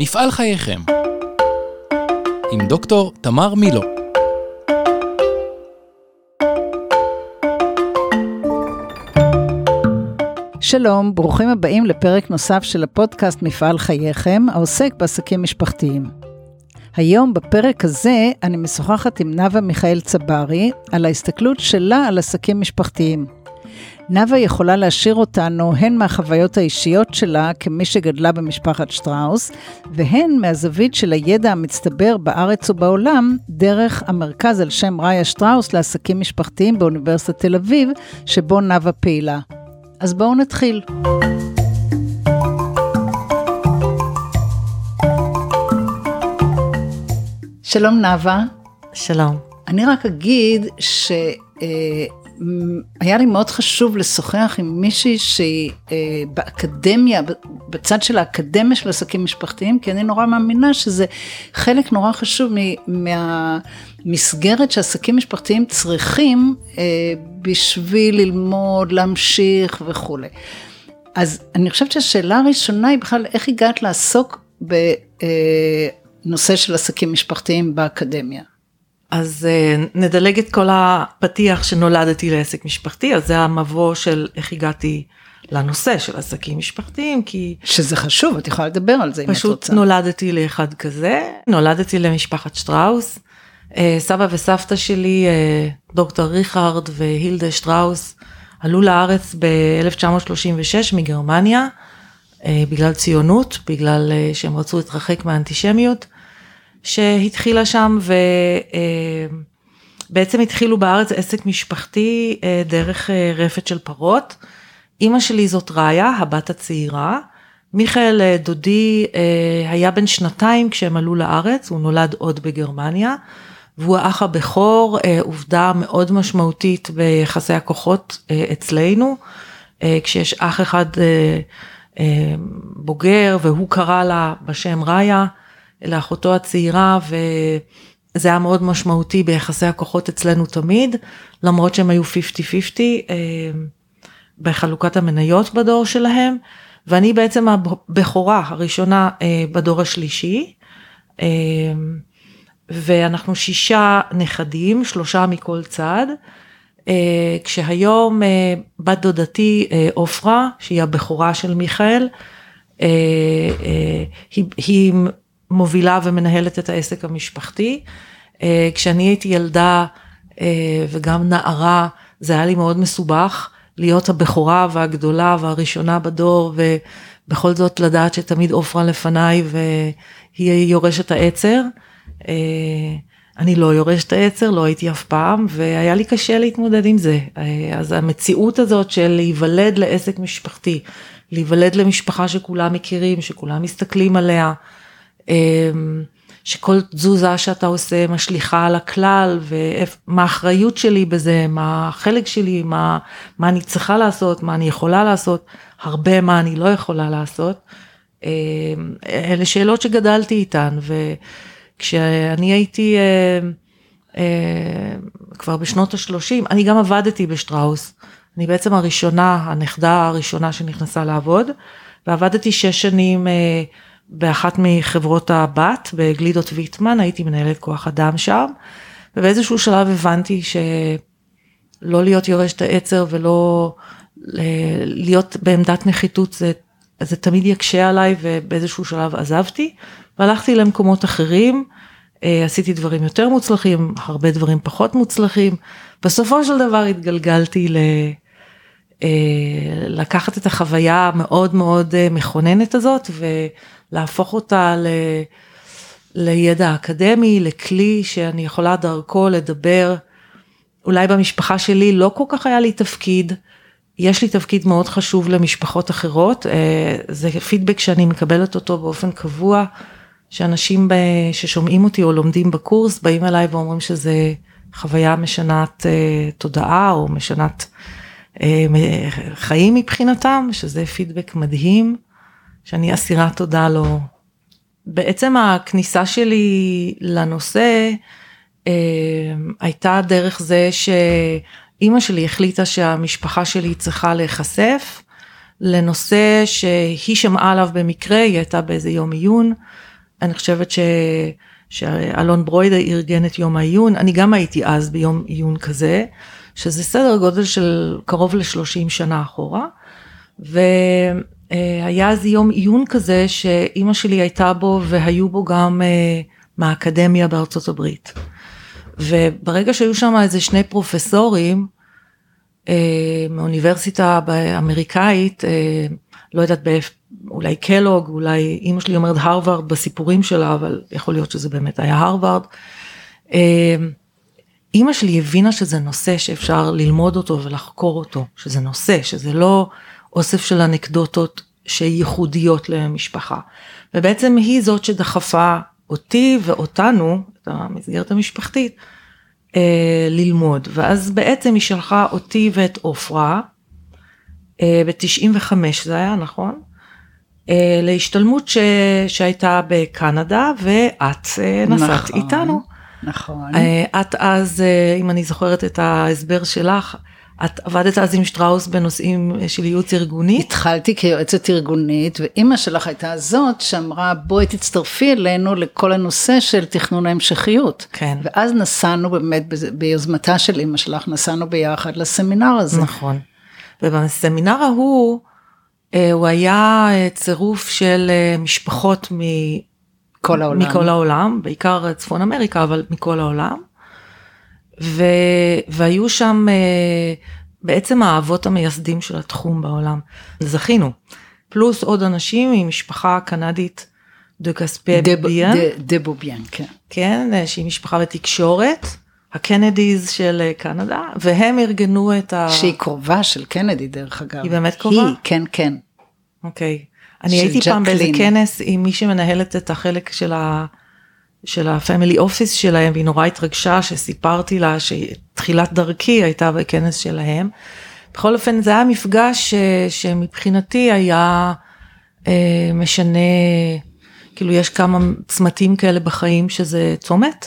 מפעל חייכם עם דוקטור תמר מילו. שלום, ברוכים הבאים לפרק נוסף של הפודקאסט מפעל חייכם, העוסק בעסקים משפחתיים. היום בפרק הזה אני משוחחת עם נאוה מיכאל צברי על ההסתכלות שלה על עסקים משפחתיים. נאוה יכולה להשאיר אותנו הן מהחוויות האישיות שלה כמי שגדלה במשפחת שטראוס, והן מהזווית של הידע המצטבר בארץ ובעולם דרך המרכז על שם ראיה שטראוס לעסקים משפחתיים באוניברסיטת תל אביב, שבו נאוה פעילה. אז בואו נתחיל. שלום נאוה. שלום. אני רק אגיד היה לי מאוד חשוב לשוחח עם מישהי שהיא באקדמיה, בצד של האקדמיה של עסקים משפחתיים, כי אני נורא מאמינה שזה חלק נורא חשוב מהמסגרת שעסקים משפחתיים צריכים בשביל ללמוד, להמשיך וכו'. אז אני חושבת שהשאלה הראשונה היא בכלל איך הגעת לעסוק בנושא של עסקים משפחתיים באקדמיה. אז נדלג את כל הפתיח שנולדתי לעסק משפחתי, אז זה המבוא של איך הגעתי לנושא של עסקים משפחתיים, כי... שזה חשוב, את יכולה לדבר על זה אם את רוצה. פשוט נולדתי לאחד כזה, נולדתי למשפחת שטראוס, סבא וסבתא שלי, דוקטור ריכרד והילדה שטראוס, עלו לארץ ב-1936 מגרמניה, בגלל ציונות, בגלל שהם רצו להתרחק מהאנטישמיות, שהתחילה שם ובעצם התחילו בארץ עסק משפחתי דרך רפת של פרות. אמא שלי זאת ראיה, הבת הצעירה. מיכאל דודי היה בן 2 כשהם עלו לארץ, הוא נולד עוד בגרמניה, והוא האח הבכור, עובדה מאוד משמעותית ביחסי הכוחות אצלנו, כשיש אח אחד בוגר והוא קרא לה בשם ראיה, לאחותו הצעירה, וזה היה מאוד משמעותי ביחסי הכוחות אצלנו תמיד, למרות שהם היו 50-50 בחלוקת המניות בדור שלהם, ואני בעצם הבכורה הראשונה בדור השלישי, ואנחנו 6 נכדים, 3 מכל צד, כשהיום בת דודתי אופרה, שהיא הבכורה של מיכאל, היא מובילה ומנהלת את העסק המשפחתי. כשאני הייתי ילדה וגם נערה, זה היה לי מאוד מסובך, להיות הבכורה והגדולה והראשונה בדור, ובכל זאת לדעת שתמיד אופרה לפניי, והיא יורשת העצר. אני לא יורשת העצר, לא הייתי אף פעם, והיה לי קשה להתמודד עם זה. אז המציאות הזאת של להיוולד לעסק משפחתי, להיוולד למשפחה שכולם מכירים, שכולם מסתכלים עליה, שכל תזוזה שאתה עושה משליחה על הכלל, ומה האחריות שלי בזה, מה החלק שלי, מה אני צריכה לעשות, מה אני יכולה לעשות, הרבה מה אני לא יכולה לעשות. אלה שאלות שגדלתי איתן, וכשאני הייתי כבר בשנות ה-30, אני גם עבדתי בשטראוס, אני בעצם הנכדה הראשונה שנכנסה לעבוד, ועבדתי 6 שנים באחת מחברות הבת, בגלידות ויטמן, הייתי מנהלת כוח אדם שם, ובאיזשהו שלב הבנתי שלא להיות יורשת העצר, ולא להיות בעמדת נחיתות, זה תמיד יקשה עליי, ובאיזשהו שלב עזבתי, והלכתי למקומות אחרים, עשיתי דברים יותר מוצלחים, הרבה דברים פחות מוצלחים, בסופו של דבר התגלגלתי לקחת את החוויה המאוד מאוד מכוננת הזאת, ולהפוך אותה לידע אקדמי, לכלי שאני יכולה דרכו לדבר. אולי במשפחה שלי לא כל כך היה לי תפקיד, יש לי תפקיד מאוד חשוב למשפחות אחרות, זה פידבק שאני מקבלת אותו באופן קבוע, שאנשים ששומעים אותי או לומדים בקורס, באים אליי ואומרים שזה חוויה משנת תודעה, או משנת חיים מבחינתם, שזה פידבק מדהים, שאני אסירה תודה לו. בעצם הכניסה שלי לנושא, הייתה דרך זה שאמא שלי החליטה שהמשפחה שלי צריכה להיחשף, לנושא שהיא שמעה עליו במקרה, היא הייתה באיזה יום עיון, אני חושבת שאלון ברוידה ארגן את יום העיון, אני גם הייתי אז ביום עיון כזה, שזה סדר גודל של קרוב ל-30 שנה אחורה, והיה אז יום עיון כזה שאימא שלי הייתה בו, והיו בו גם מהאקדמיה בארצות הברית. וברגע שהיו שם איזה 2 פרופסורים, מאוניברסיטה אמריקאית, לא יודעת אולי קלוג, אולי אמא שלי אומרת הרווארד בסיפורים שלה, אבל יכול להיות שזה באמת היה הרווארד. אמא שלי הבינה שזה נושא שאפשר ללמוד אותו ולחקור אותו, שזה נושא, שזה לא אוסף של אנקדוטות שייחודיות למשפחה. ובעצם היא זאת שדחפה אותי ואותנו, את המסגרת המשפחתית, ללמוד. ואז בעצם היא שלחה אותי ואת אופרה, ב-95 זה היה, נכון? להשתלמות שהייתה בקנדה, ואת נסעת איתנו. נכון. את אז, אם אני זוכרת את ההסבר שלך, את עבדת אז עם שטראוס בנושאים של ייעוץ ארגוני? התחלתי כיועצת ארגונית, ואימא שלך הייתה זאת שאמרה, בואי תצטרפי אלינו לכל הנושא של תכנון ההמשכיות. כן. ואז נסענו באמת, ביוזמתה של אימא שלך, נסענו ביחד לסמינר הזה. נכון. ובסמינר ההוא, הוא היה צירוף של משפחות מכל העולם, בעיקר צפון אמריקה, אבל מכל העולם. והיו שם בעצם האבות המייסדים של התחום בעולם. זכינו. פלוס עוד אנשים ממשפחה קנדית דה בוביאן, כן. כן, שהיא משפחה בתקשורת, הקנדיז של קנדה, והם ארגנו את שהיא קרובה של קנדי דרך אגב. היא באמת קרובה? כן, כן. אוקיי. אני הייתי פעם באיזה כנס עם מי שמנהלת את החלק של ה-family office שלהם, והיא נורא התרגשה שסיפרתי לה שתחילת דרכי הייתה בכנס שלהם. בכל אופן זה היה מפגש שמבחינתי היה משנה, כאילו יש כמה צמתים כאלה בחיים שזה צומת.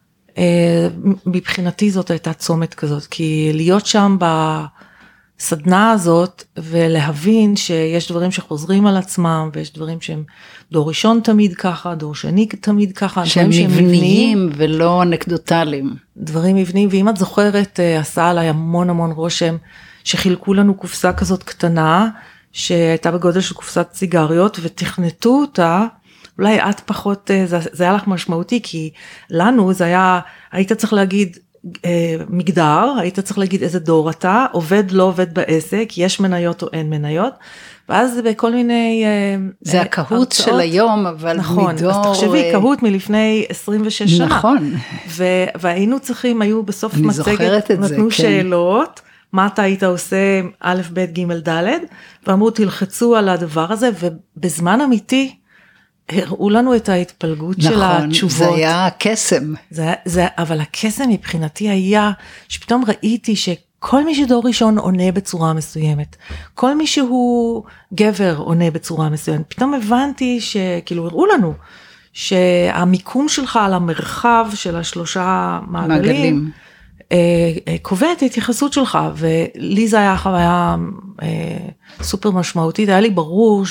מבחינתי זאת הייתה צומת כזאת, כי להיות שם בסדנה הזאת ולהבין שיש דברים שחוזרים על עצמם, ויש דברים שהם דור ראשון תמיד ככה, דור שני תמיד ככה, שהם מבניים ולא אנקדוטליים. דברים מבניים, ואם את זוכרת, עשה עליי המון המון רושם, שחילקו לנו קופסה כזאת קטנה, שהייתה בגודל של קופסת סיגריות, ותכנתו אותה, אולי את פחות, זה היה לך משמעותי, כי לנו זה היה, היית צריך להגיד מגדר, היית צריך להגיד איזה דור אתה, עובד לא עובד בעסק, יש מניות או אין מניות, ואז בכל מיני זה הקהות של היום, אבל נכון, מדור... אז תחשבי, קהות מלפני 26 שנה. נכון. והיינו צריכים, היו בסוף מצגת, נתנו כן. שאלות, מה אתה היית עושה א', ב', ג', ד', ואמרו תלחצו על הדבר הזה, ובזמן אמיתי, הראו לנו את ההתפלגות נכון, של התשובות. זה היה קסם. אבל הקסם מבחינתי היה, שפתאום ראיתי שכל מי שדור ראשון עונה בצורה מסוימת, כל מי שהוא גבר עונה בצורה מסוימת, פתאום הבנתי שכאילו הראו לנו, שהמיקום שלך על המרחב של 3 מעגלים, קובע את ההתייחסות שלך, ולי זה היה חוויה סופר משמעותית, היה לי ברור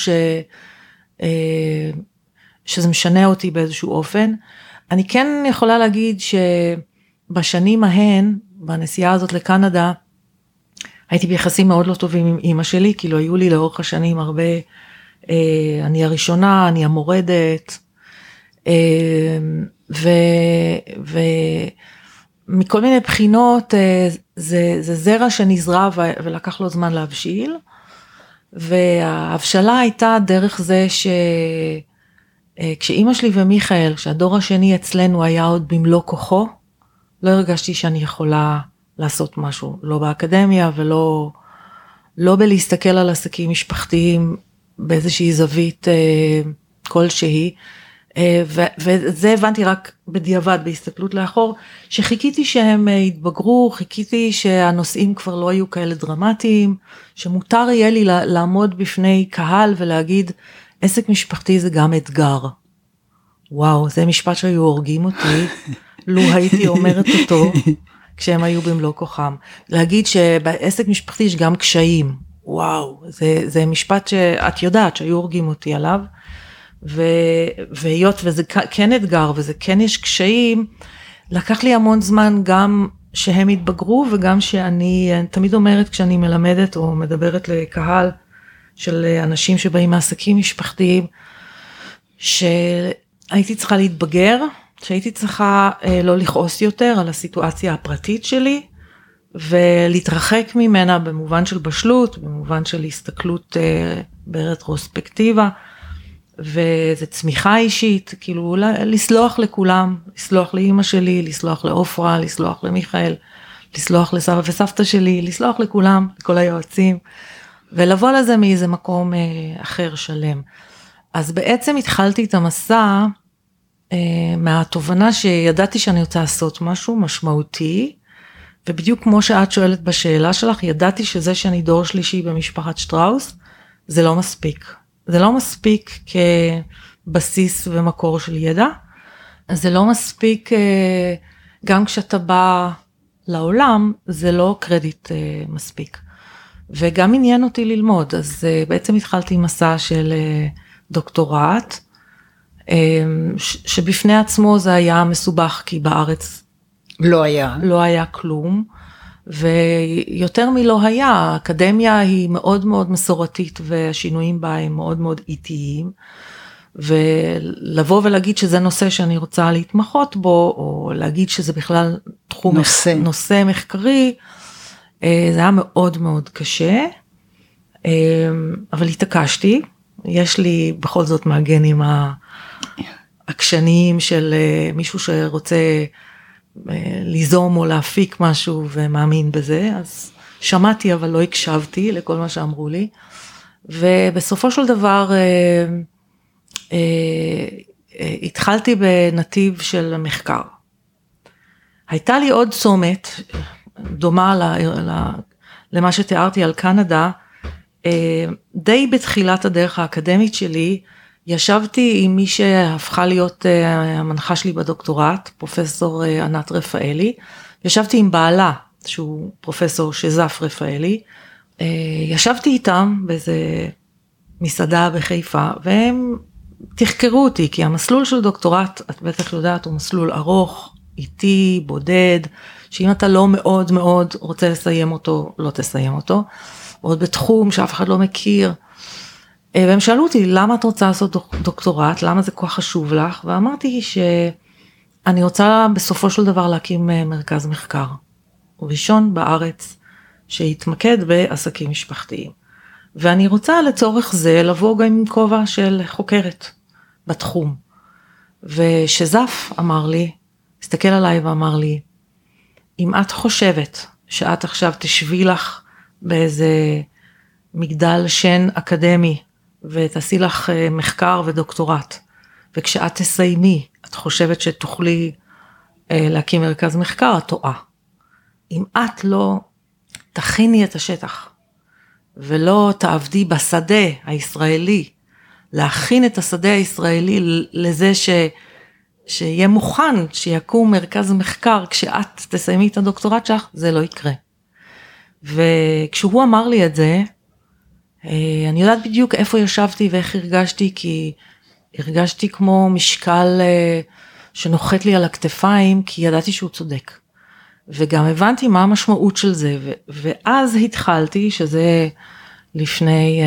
שזה משנה אותי באיזשהו אופן. אני כן יכולה להגיד שבשנים ההן, בנסיעה הזאת לקנדה, הייתי ביחסים מאוד לא טובים עם אמא שלי, כאילו היו לי לאורך השנים הרבה, אני הראשונה, אני המורדת, ומכל מיני בחינות, זה זרע שנזרע ולקח לו זמן להבשיל, וההבשלה הייתה דרך זה כשאמא שלי ומיכאל, כשהדור השני אצלנו היה עוד במלוא כוחו, לא הרגשתי שאני יכולה לעשות משהו, לא באקדמיה ולא בלהסתכל על עסקים משפחתיים באיזושהי זווית כלשהי, וזה הבנתי רק בדיעבד, בהסתכלות לאחור, שחיכיתי שהם יתבגרו, חיכיתי שהנושאים כבר לא היו כאלה דרמטיים, שמותר יהיה לי לעמוד בפני קהל ולהגיד, עסק משפחתי זה גם אתגר. וואו, זה משפט שהיו הורגים אותי, לו הייתי אומרת אותו, כשהם היו במלוא כוחם. להגיד שבעסק משפחתי יש גם קשיים. וואו, זה משפט שאת יודעת שהיו הורגים אותי עליו. והיות וזה כן אתגר, וזה כן יש קשיים, לקח לי המון זמן גם שהם התבגרו, וגם שאני תמיד אומרת כשאני מלמדת או מדברת לקהל של אנשים שבאים מעסקים משפחתיים, שהייתי צריכה להתבגר, שהייתי צריכה לא לכעוס יותר על הסיטואציה הפרטית שלי, ולהתרחק ממנה במובן של בשלות, במובן של הסתכלות ברטרוספקטיבה, וזה צמיחה אישית, כאילו לסלוח לכולם, לסלוח לאמא שלי, לסלוח לאופרה, לסלוח למיכאל, לסלוח לסבא וסבתא שלי, לסלוח לכולם, לכל היועצים, ולבוא לזה מאיזה מקום אחר שלם. אז בעצם התחלתי את המסע מהתובנה שידעתי שאני רוצה לעשות משהו משמעותי, ובדיוק כמו שאת שואלת בשאלה שלך, ידעתי שזה שאני דור שלישי במשפחת שטראוס, זה לא מספיק. זה לא מספיק כבסיס ומקור של ידע, זה לא מספיק גם כשאתה בא לעולם, זה לא קרדיט מספיק. וגם עניין אותי ללמוד, אז בעצם התחלתי מסע של דוקטורט, שבפני עצמו זה היה מסובך, כי בארץ לא היה כלום, ויותר מלא היה, האקדמיה היא מאוד מאוד מסורתית, והשינויים בה הם מאוד מאוד איטיים, ולבוא ולהגיד שזה נושא שאני רוצה להתמחות בו, או להגיד שזה בכלל תחום נושא מחקרי, זה היה מאוד מאוד קשה, אבל התעקשתי, יש לי בכל זאת מהגנים העקשניים של מישהו שרוצה ליזום או להפיק משהו ומאמין בזה, אז שמעתי אבל לא הקשבתי לכל מה שאמרו לי, ובסופו של דבר התחלתי בנתיב של מחקר. הייתה לי עוד צומת, דומה למה שתיארתי על קנדה, די בתחילת הדרך האקדמית שלי, ישבתי עם מי שהפכה להיות המנחה שלי בדוקטורט, פרופסור ענת רפאלי, ישבתי עם בעלה, שהוא פרופסור שזף רפאלי, ישבתי איתם באיזה מסעדה בחיפה, והם תחקרו אותי, כי המסלול של דוקטורט, את בטח יודעת, הוא מסלול ארוך, איטי, בודד, שאם אתה לא מאוד מאוד רוצה לסיים אותו, לא תסיים אותו, עוד בתחום שאף אחד לא מכיר, והם שאלו אותי, למה את רוצה לעשות דוקטורט, למה זה כל כך חשוב לך, ואמרתי שאני רוצה בסופו של דבר להקים מרכז מחקר, ראשון בארץ, שיתמקד בעסקים משפחתיים, ואני רוצה לצורך זה לבוא גם עם כובע של חוקרת בתחום, ושזף אמר לי, הסתכל עליי ואמר לי, אם את חושבת שאת עכשיו תשבי לך באיזה מגדל שן אקדמי, ותעשי לך מחקר ודוקטורט, וכשאת תסיימי, את חושבת שתוכלי להקים מרכז מחקר, את טועה. אם את לא תכיני את השטח, ולא תעבדי בשדה הישראלי, להכין את השדה הישראלי לזה שיהיה מוכן, שיקום מרכז מחקר, כשאת תסיימי את הדוקטורט שלך, זה לא יקרה. וכשהוא אמר לי את זה, אני יודעת בדיוק איפה ישבתי ואיך הרגשתי, כי הרגשתי כמו משקל שנוחת לי על הכתפיים, כי ידעתי שהוא צודק. וגם הבנתי מה המשמעות של זה, ואז התחלתי, שזה לפני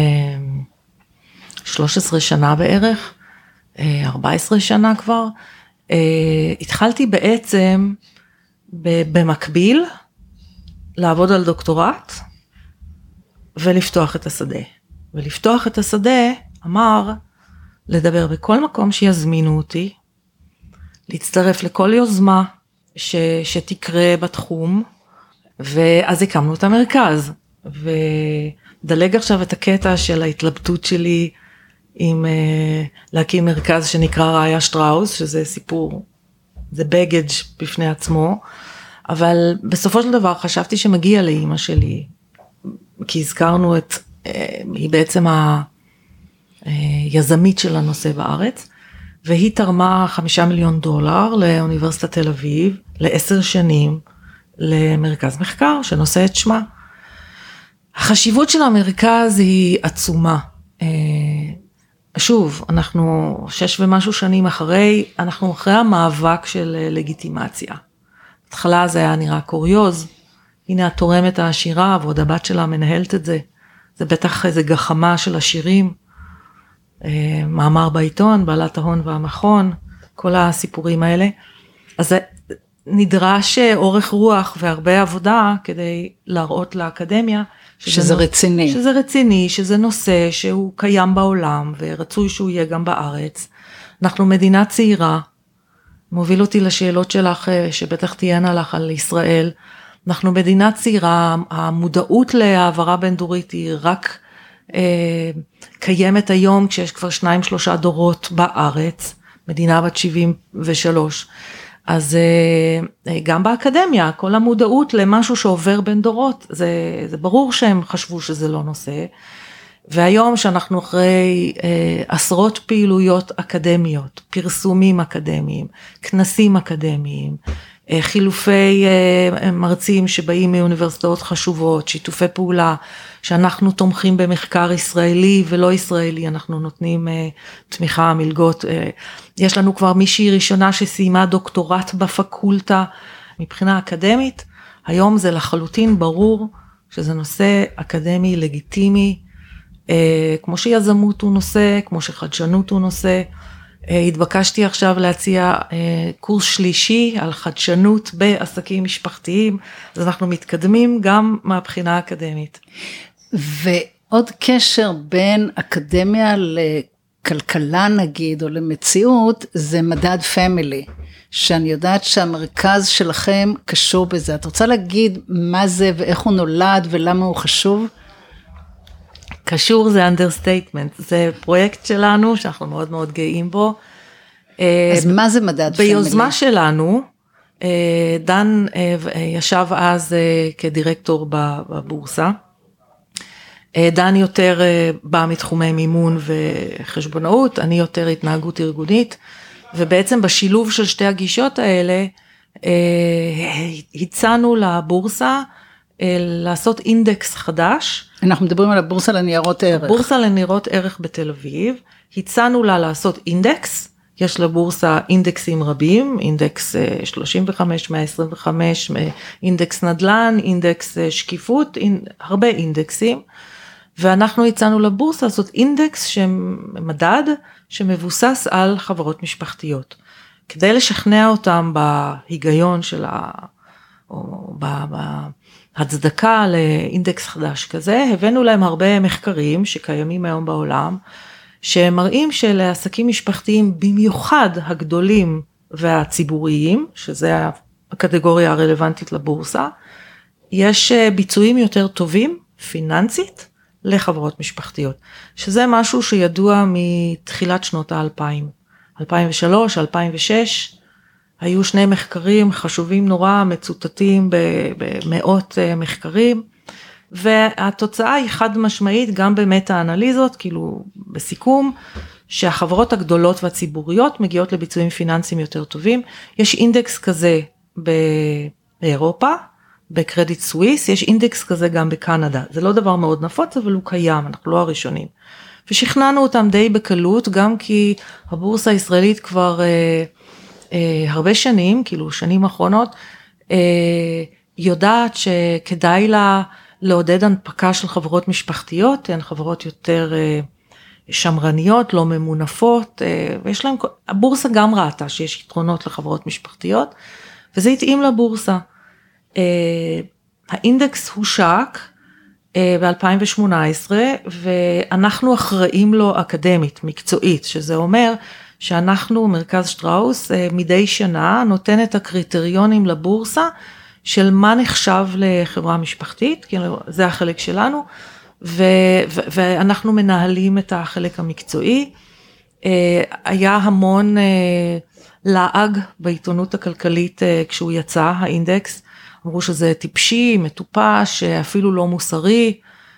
13 שנה בערך, 14 שנה כבר, התחלתי בעצם במקביל, לעבוד על דוקטורט, ולפתוח את השדה. ולפתוח את השדה, אמר, לדבר בכל מקום שיזמינו אותי, להצטרף לכל יוזמה שתקרה בתחום, ואז הקמנו את המרכז. ודלג עכשיו את הקטע של ההתלבטות שלי, עם להקים מרכז שנקרא ראיה שטראוס, שזה סיפור, זה בגדג' בפני עצמו, אבל בסופו של דבר חשבתי שמגיע לאמא שלי, כי הזכרנו היא בעצם היזמית של הנושא בארץ, והיא תרמה $5 מיליון לאוניברסיטת תל אביב, ל10 שנים, למרכז מחקר שנושא את שמה. החשיבות של המרכז היא עצומה. שוב, אנחנו 6 ומשהו שנים אחרי, אנחנו אחרי המאבק של לגיטימציה. בהתחלה זה היה נראה קוריוז, הנה התורמת העשירה, ועוד הבת שלה מנהלת את זה. זה בטח איזה גחמה של השירים, מאמר בעיתון, בעלת ההון והמכון, כל הסיפורים האלה. אז נדרש אורך רוח והרבה עבודה כדי להראות לאקדמיה. שזה רציני. שזה רציני, שזה נושא שהוא קיים בעולם, ורצוי שהוא יהיה גם בארץ. אנחנו מדינה צעירה, מוביל אותי לשאלות שלך, שבטח תהיינה לך על ישראל. אנחנו מדינה צעירה, המודעות להעברה בין דורית היא רק קיימת היום, כשיש כבר 2-3 דורות בארץ, מדינה בת 73. אז גם באקדמיה, כל המודעות למשהו שעובר בין דורות, זה ברור שהם חשבו שזה לא נושא, והיום שאנחנו אחרי עשרות פעילויות אקדמיות, פרסומים אקדמיים, כנסים אקדמיים, חילופי מרצים שבאים מאוניברסיטאות חשובות, שיתופי פעולה, שאנחנו תומכים במחקר ישראלי ולא ישראלי, אנחנו נותנים תמיכה, מלגות, יש לנו כבר מישהי ראשונה שסיימה דוקטורט בפקולטה מבחינה אקדמית, היום זה לחלוטין ברור שזה נושא אקדמי לגיטימי, כמו שיזמות הוא נושא, כמו שחדשנות הוא נושא, התבקשתי עכשיו להציע קורס שלישי על חדשנות בעסקים משפחתיים, אז אנחנו מתקדמים גם מהבחינה האקדמית. ועוד קשר בין אקדמיה לכלכלה נגיד, או למציאות, זה מדד פמילי, שאני יודעת שהמרכז שלכם קשור בזה. את רוצה להגיד מה זה ואיך הוא נולד ולמה הוא חשוב? קשור זה understatement, זה פרויקט שלנו שאנחנו מאוד מאוד גאים בו. אז מה זה מדד פמילי? ביוזמה שלנו, דן ישב אז כדירקטור בבורסה, דן יותר בא מתחומי מימון וחשבונאות, אני יותר התנהגות ארגונית, ובעצם בשילוב של שתי הגישות האלה, הצענו לבורסה לעשות אינדקס חדש. אנחנו מדברים על הבורסה לניירות ערך. בורסה לניירות ערך בתל אביב, הצענו לה לעשות אינדקס, יש לבורסה אינדקסים רבים, אינדקס 35, 125, אינדקס נדל"ן, אינדקס שקיפות, הרבה אינדקסים, ואנחנו הצענו לבורסה לעשות אינדקס מדד שמבוסס על חברות משפחתיות, כדי לשכנע אותם בהיגיון של או בהצדקה לאינדקס חדש כזה, הבאנו להם הרבה מחקרים שקיימים היום בעולם, שמראים שלעסקים משפחתיים, במיוחד הגדולים והציבוריים, שזה הקטגוריה הרלוונטית לבורסה, יש ביצועים יותר טובים, פיננסית, לחברות משפחתיות, שזה משהו שידוע מתחילת שנות ה-2000, 2003, 2006, היו 2 מחקרים חשובים נורא, מצוטטים במאות מחקרים, והתוצאה היא חד משמעית, גם במטה אנליזות, כאילו בסיכום, שהחברות הגדולות והציבוריות מגיעות לביצועים פיננסיים יותר טובים, יש אינדקס כזה באירופה, בקרדיט סוויס, יש אינדקס כזה גם בקנדה, זה לא דבר מאוד נפוץ, אבל הוא קיים, אנחנו לא הראשונים, ושכנענו אותם די בקלות, גם כי הבורסה הישראלית כבר הרבה שנים, כאילו שנים האחרונות, יודעת שכדאי לה לעודד הנפקה של חברות משפחתיות, הן חברות יותר שמרניות, לא ממונפות, ויש להם, הבורסה גם ראתה שיש יתרונות לחברות משפחתיות, וזה התאים לבורסה. האינדקס הושק ב-2018, ואנחנו אחראים לו אקדמית, מקצועית, שזה אומר שאנחנו, מרכז שטראוס, מדי שנה נותן את הקריטריונים לבורסה, של מה נחשב לחברה משפחתית, כי זה החלק שלנו, ואנחנו מנהלים את החלק המקצועי. היה המון לעג בעיתונות הכלכלית כשהוא יצא, האינדקס, אמרו שזה טיפשי, מטופש, אפילו לא מוסרי,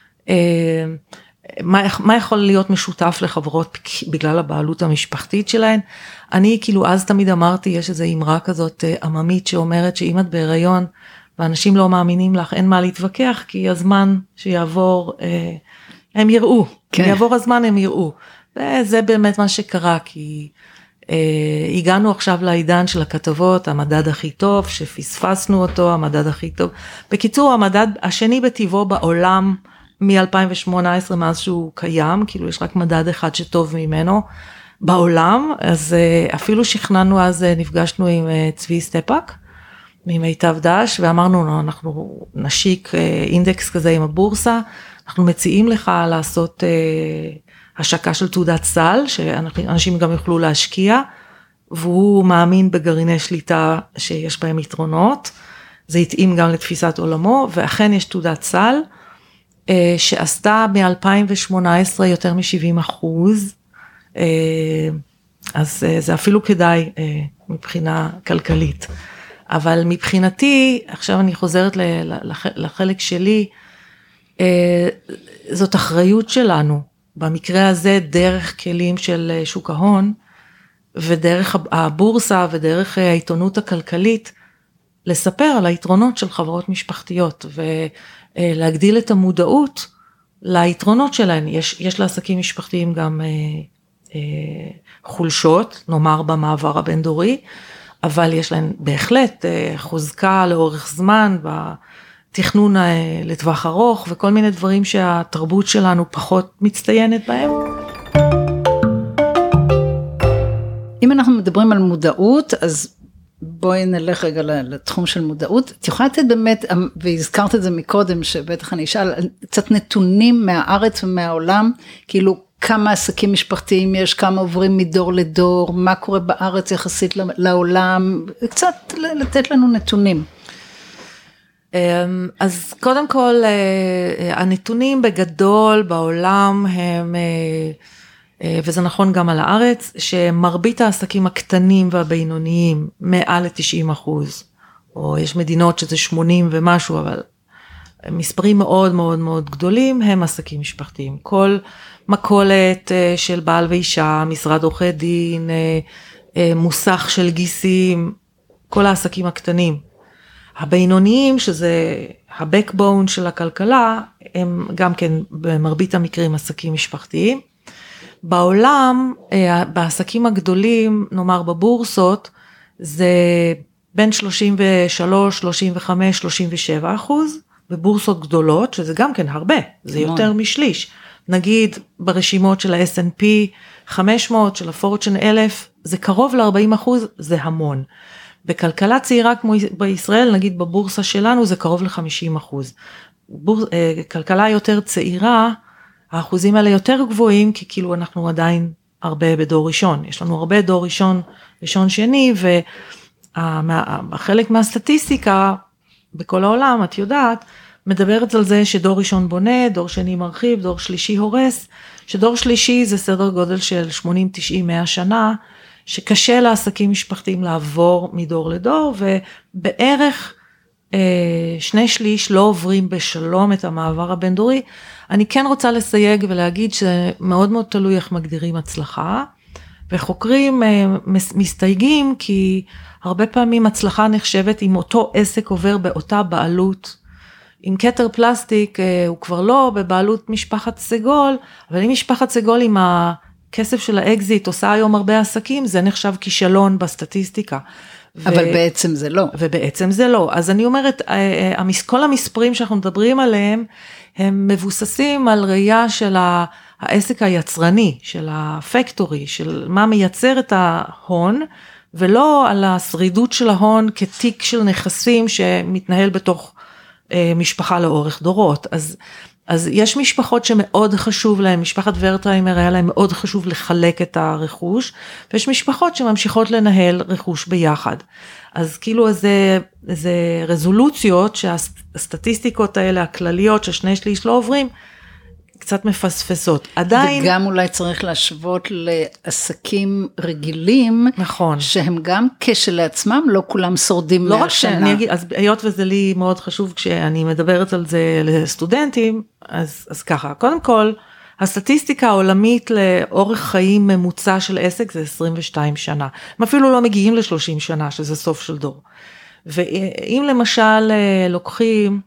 מה יכול להיות משותף לחברות בגלל הבעלות המשפחתית שלהן? אני כאילו אז תמיד אמרתי, יש איזו אמרה כזאת עממית שאומרת שאם את בהיריון, ואנשים לא מאמינים לך, אין מה להתווכח, כי הזמן שיעבור, הם יראו, כן. יעבור הזמן הם יראו. זה באמת מה שקרה, כי הגענו עכשיו לעידן של הכתבות, המדד הכי טוב, שפספסנו אותו, המדד הכי טוב. בקיצור, המדד השני בטבעו בעולם, מ-2018, מאז שהוא קיים, כאילו יש רק מדד אחד שטוב ממנו בעולם, אז אפילו שכנענו, אז נפגשנו עם צבי סטפאק, ממיטב דש, ואמרנו, לא, אנחנו נשיק אינדקס כזה עם הבורסה, אנחנו מציעים לך לעשות השקה של תעודת סל, שאנשים גם יוכלו להשקיע, והוא מאמין בגרעיני שליטה שיש בהם יתרונות, זה התאים גם לתפיסת עולמו, ואכן יש תעודת סל, שעשתה מ-2018 יותר מ-70%, אז זה אפילו כדאי מבחינה כלכלית. אבל מבחינתי, עכשיו אני חוזרת לחלק שלי, זאת אחריות שלנו, במקרה הזה דרך כלים של שוק ההון, ודרך הבורסה ודרך העיתונות הכלכלית, לספר על היתרונות של חברות משפחתיות, ולהגדיל את המודעות ליתרונות שלהן. יש לעסקים משפחתיים גם חולשות, נאמר במעבר הבין-דורי, אבל יש להן בהחלט חוזקה לאורך זמן, בתכנון לטווח ארוך, וכל מיני דברים שהתרבות שלנו פחות מצטיינת בהם. אם אנחנו מדברים על מודעות, אז בואי נלך רגע לתחום של מודעות. את יכולה לתת באמת, והזכרת את זה מקודם, שבטח אני אשאל, קצת נתונים מהארץ ומהעולם, כאילו כמה עסקים משפחתיים יש, כמה עוברים מדור לדור, מה קורה בארץ יחסית לעולם, קצת לתת לנו נתונים. אז קודם כל, הנתונים בגדול בעולם הם, וזה נכון גם על הארץ, שמרבית העסקים הקטנים והבינוניים מעל ל-90%, או יש מדינות שזה 80 ומשהו, אבל מספרים מאוד מאוד מאוד גדולים הם עסקים משפחתיים. כל מכולת של בעל ואישה, משרד עורכי דין, מוסך של גיסים, כל העסקים הקטנים. הבינוניים, שזה ה-backbone של הכלכלה, הם גם כן במרבית המקרים עסקים משפחתיים. בעולם, בעסקים הגדולים, נאמר בבורסות, זה בין 33, 35, 37%, בבורסות גדולות, שזה גם כן הרבה, זה יותר משליש. נגיד ברשימות של ה-S&P 500, של ה-Fortune 1000, זה קרוב ל-40%, זה המון. בכלכלה צעירה כמו בישראל, נגיד בבורסה שלנו, זה קרוב ל-50%. כלכלה יותר צעירה, האחוזים האלה יותר גבוהים, כי כאילו אנחנו עדיין הרבה בדור ראשון. יש לנו הרבה דור ראשון שני, וחלק מהסטטיסטיקה בכל העולם, את יודעת, מדברת על זה שדור ראשון בונה, דור שני מרחיב, דור שלישי הורס, שדור שלישי זה סדר גודל של 80, 90, 100 שנה, שקשה לעסקים משפחתיים לעבור מדור לדור, ובערך 2/3 לא עוברים בשלום את המעבר הבין-דורי. אני כן רוצה לסייג ולהגיד שמאוד מאוד תלוי איך מגדירים הצלחה, וחוקרים מסתייגים כי הרבה פעמים הצלחה נחשבת אם אותו עסק עובר באותה בעלות, עם כתר פלסטיק הוא כבר לא בבעלות משפחת סגול, אבל אם משפחת סגול עם הכסף של האקזיט עושה היום הרבה עסקים, זה נחשב כישלון בסטטיסטיקה. אבל בעצם זה לא. ובעצם זה לא. אז אני אומרת, כל המספרים שאנחנו מדברים עליהם, הם מבוססים על ראייה של העסק היצרני, של הפקטורי, של מה מייצר את ההון, ולא על השרידות של ההון כתיק של נכסים שמתנהל בתוך משפחה לאורך דורות. אז יש משפחות שמאוד חשוב להם, משפחת ורטהיימר היה להם מאוד חשוב לחלק את הרכוש, ויש משפחות שממשיכות לנהל רכוש ביחד. אז כאילו איזה רזולוציות שהסטטיסטיקות האלה הכלליות ש2/3 לא עוברים, קצת מפספסות. עדיין... וגם אולי צריך להשוות לעסקים רגילים, נכון. שהם גם כשלעצמם, לא כולם שורדים לא מהשנה. רק שאני אגיד, אז היות וזה לי מאוד חשוב, כשאני מדברת על זה לסטודנטים, אז ככה, קודם כל, הסטטיסטיקה העולמית לאורך חיים ממוצע של עסק זה 22 שנה. הם אפילו לא מגיעים ל-30 שנה, שזה סוף של דור. ואם למשל לוקחים...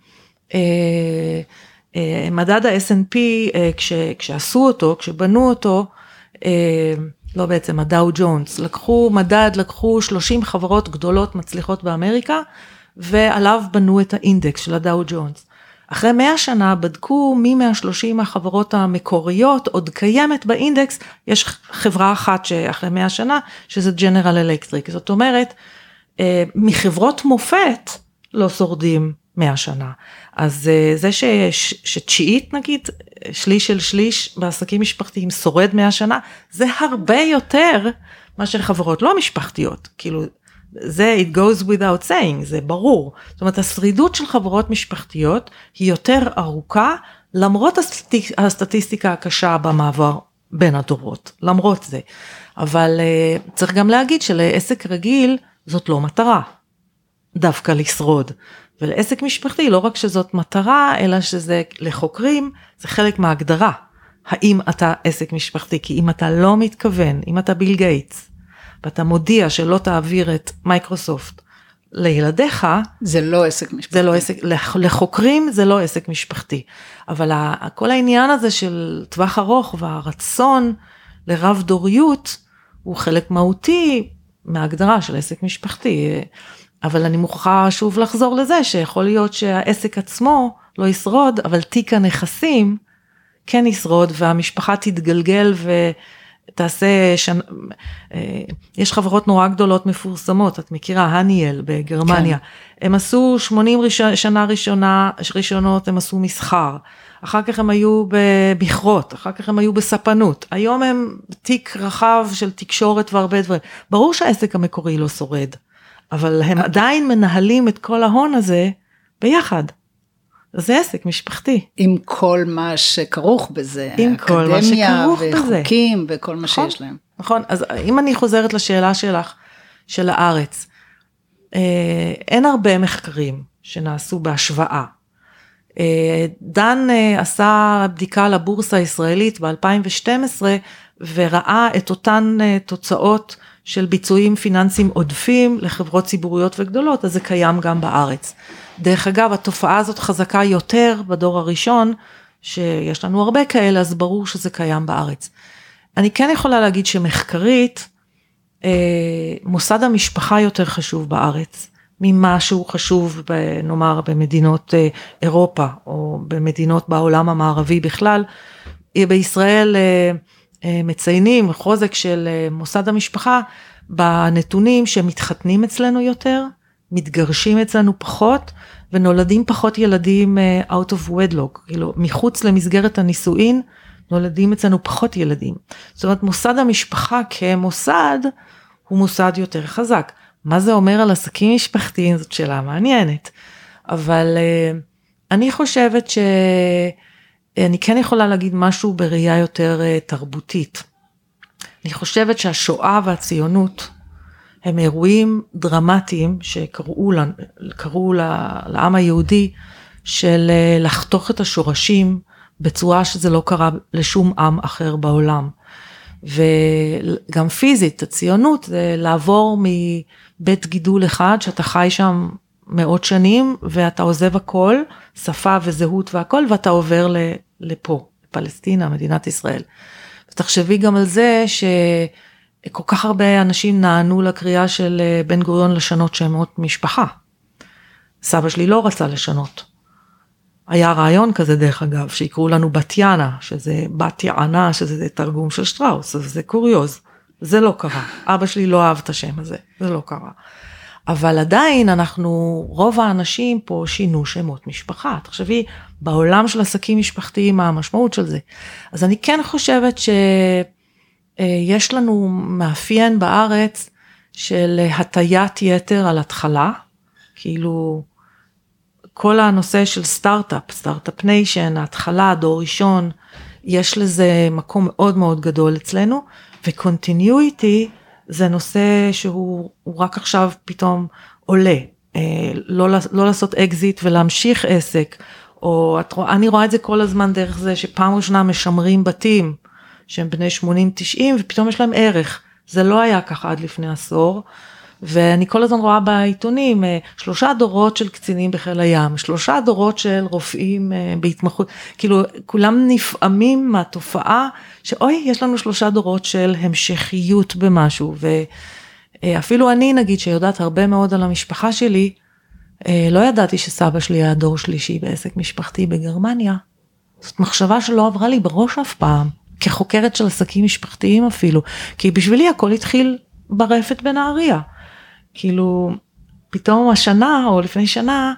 מדד ה-S&P, כשעשו אותו, כשבנו אותו, לא בעצם, הדאו ג'ונס, לקחו 30 חברות גדולות מצליחות באמריקה, ועליו בנו את האינדקס של הדאו ג'ונס. אחרי 100 שנה בדקו מ-130 החברות המקוריות, עוד קיימת באינדקס, יש חברה אחת שאחרי 100 שנה, שזה ג'נרל אלקטריק. זאת אומרת, מחברות מופת לא שורדים 100 שנה. אז זה שתשיעית נגיד, שליש של שליש בעסקים משפחתיים שורד 100 שנה, זה הרבה יותר מאשר חברות לא משפחתיות. כאילו, זה it goes without saying, זה ברור. זאת אומרת, השרידות של חברות משפחתיות היא יותר ארוכה, למרות הסטטיסטיקה הקשה במעבר בין הדורות, למרות זה. אבל צריך גם להגיד שלעסק רגיל זאת לא מטרה, דווקא לשרוד. ולעסק משפחתי לא רק שזאת מטרה, אלא שזה לחוקרים, זה חלק מההגדרה. האם אתה עסק משפחתי? כי אם אתה לא מתכוון, אם אתה ביל גייטס, ואתה מודיע שלא תעביר את מייקרוסופט לילדיך, זה לא עסק משפחתי. זה לא עסק, לחוקרים זה לא עסק משפחתי. אבל כל העניין הזה של טווח ארוך והרצון לרב דוריות, הוא חלק מהותי מההגדרה של עסק משפחתי. אבל אני מוכרחה שוב לחזור לזה, שיכול להיות שהעסק עצמו לא ישרוד, אבל תיק הנכסים כן ישרוד, והמשפחה תתגלגל ותעשה, יש חברות נורא גדולות מפורסמות, את מכירה, הניאל בגרמניה, כן. הם עשו 80 שנה ראשונות, הם עשו מסחר, אחר כך הם היו בבחרות, אחר כך הם היו בספנות, היום הם תיק רחב של תקשורת והרבה דברים, ברור שהעסק המקורי לא שורד, אבל הם עדיין מנהלים את כל ההון הזה ביחד. זה עסק משפחתי. עם כל מה שכרוך בזה. עם כל מה שכרוך בזה. וחוקים וכל מה שיש להם. נכון, אז אם אני חוזרת לשאלה שלך, של הארץ, אין הרבה מחקרים שנעשו בהשוואה. דן עשה בדיקה לבורסה הישראלית ב-2012, וראה את אותן תוצאות של ביצועים פיננסיים עודפים לחברות ציבוריות וגדולות, אז זה קיים גם בארץ. דרך אגב, התופעה הזאת חזקה יותר בדור הראשון, שיש לנו הרבה כאלה, אז ברור שזה קיים בארץ. אני כן יכולה להגיד שמחקרית, מוסד המשפחה יותר חשוב בארץ, ממה שהוא חשוב, נאמר, במדינות אירופה, או במדינות בעולם המערבי בכלל. בישראל מציינים חוזק של מוסד המשפחה, בנתונים שמתחתנים אצלנו יותר, מתגרשים אצלנו פחות, ונולדים פחות ילדים out of wedlock, כאילו מחוץ למסגרת הנישואין, נולדים אצלנו פחות ילדים. זאת אומרת, מוסד המשפחה כמוסד, הוא מוסד יותר חזק. מה זה אומר על עסקים משפחתיים? זאת שאלה מעניינת. אבל אני חושבת שאני כן יכולה להגיד משהו בראייה יותר תרבותית. אני חושבת שהשואה והציונות הם אירועים דרמטיים שקראו לעם היהודי של לחתוך את השורשים בצורה שזה לא קרה לשום עם אחר בעולם. וגם פיזית, הציונות זה לעבור מבית גידול אחד שאתה חי שם מאות שנים ואתה עוזב הכל, שפה וזהות והכל, ואתה עובר לפה, פלסטינה, מדינת ישראל. ותחשבי גם על זה שכל כך הרבה אנשים נענו לקריאה של בן גוריון לשנות שמות משפחה. סבא שלי לא רצה לשנות. היה רעיון כזה דרך אגב, שיקראו לנו בתיאנה, שזה בתיאנה, שזה תרגום של שטראוס, אז זה קוריוז. זה לא קרה. אבא שלי לא אהב את השם הזה, זה לא קרה. אבל עדיין רוב האנשים פה שינו שמות משפחה. תחשבי, בעולם של עסקים משפחתיים, מה המשמעות של זה? אז אני כן חושבת שיש לנו מאפיין בארץ של הטיית יתר על התחלה, כאילו כל הנושא של סטארט-אפ ניישן, ההתחלה, הדור ראשון, יש לזה מקום מאוד מאוד גדול אצלנו, וקונטיניויטי זה נושא שהוא רק עכשיו פתאום עולה, לא לעשות אקזיט ולהמשיך עסק, או אני רואה את זה כל הזמן דרך זה שפעם ראשונה משמרים בתים שהם בני 80-90 ופתאום יש להם ערך, זה לא היה ככה עד לפני עשור, ואני כל הזמן רואה בעיתונים, 3 דורות של קצינים בחיל הים, 3 דורות של רופאים בהתמחות, כאילו כולם נפעמים מהתופעה, שאוי, יש לנו 3 דורות של המשכיות במשהו, ואפילו אני נגיד שיודעת הרבה מאוד על המשפחה שלי, לא ידעתי שסבא שלי היה דור שלישי בעסק משפחתי בגרמניה, זאת מחשבה שלא עברה לי בראש אף פעם, כחוקרת של עסקים משפחתיים אפילו, כי בשבילי הכל התחיל ברפת בנהריה, כאילו פתאום השנה או לפני שנה,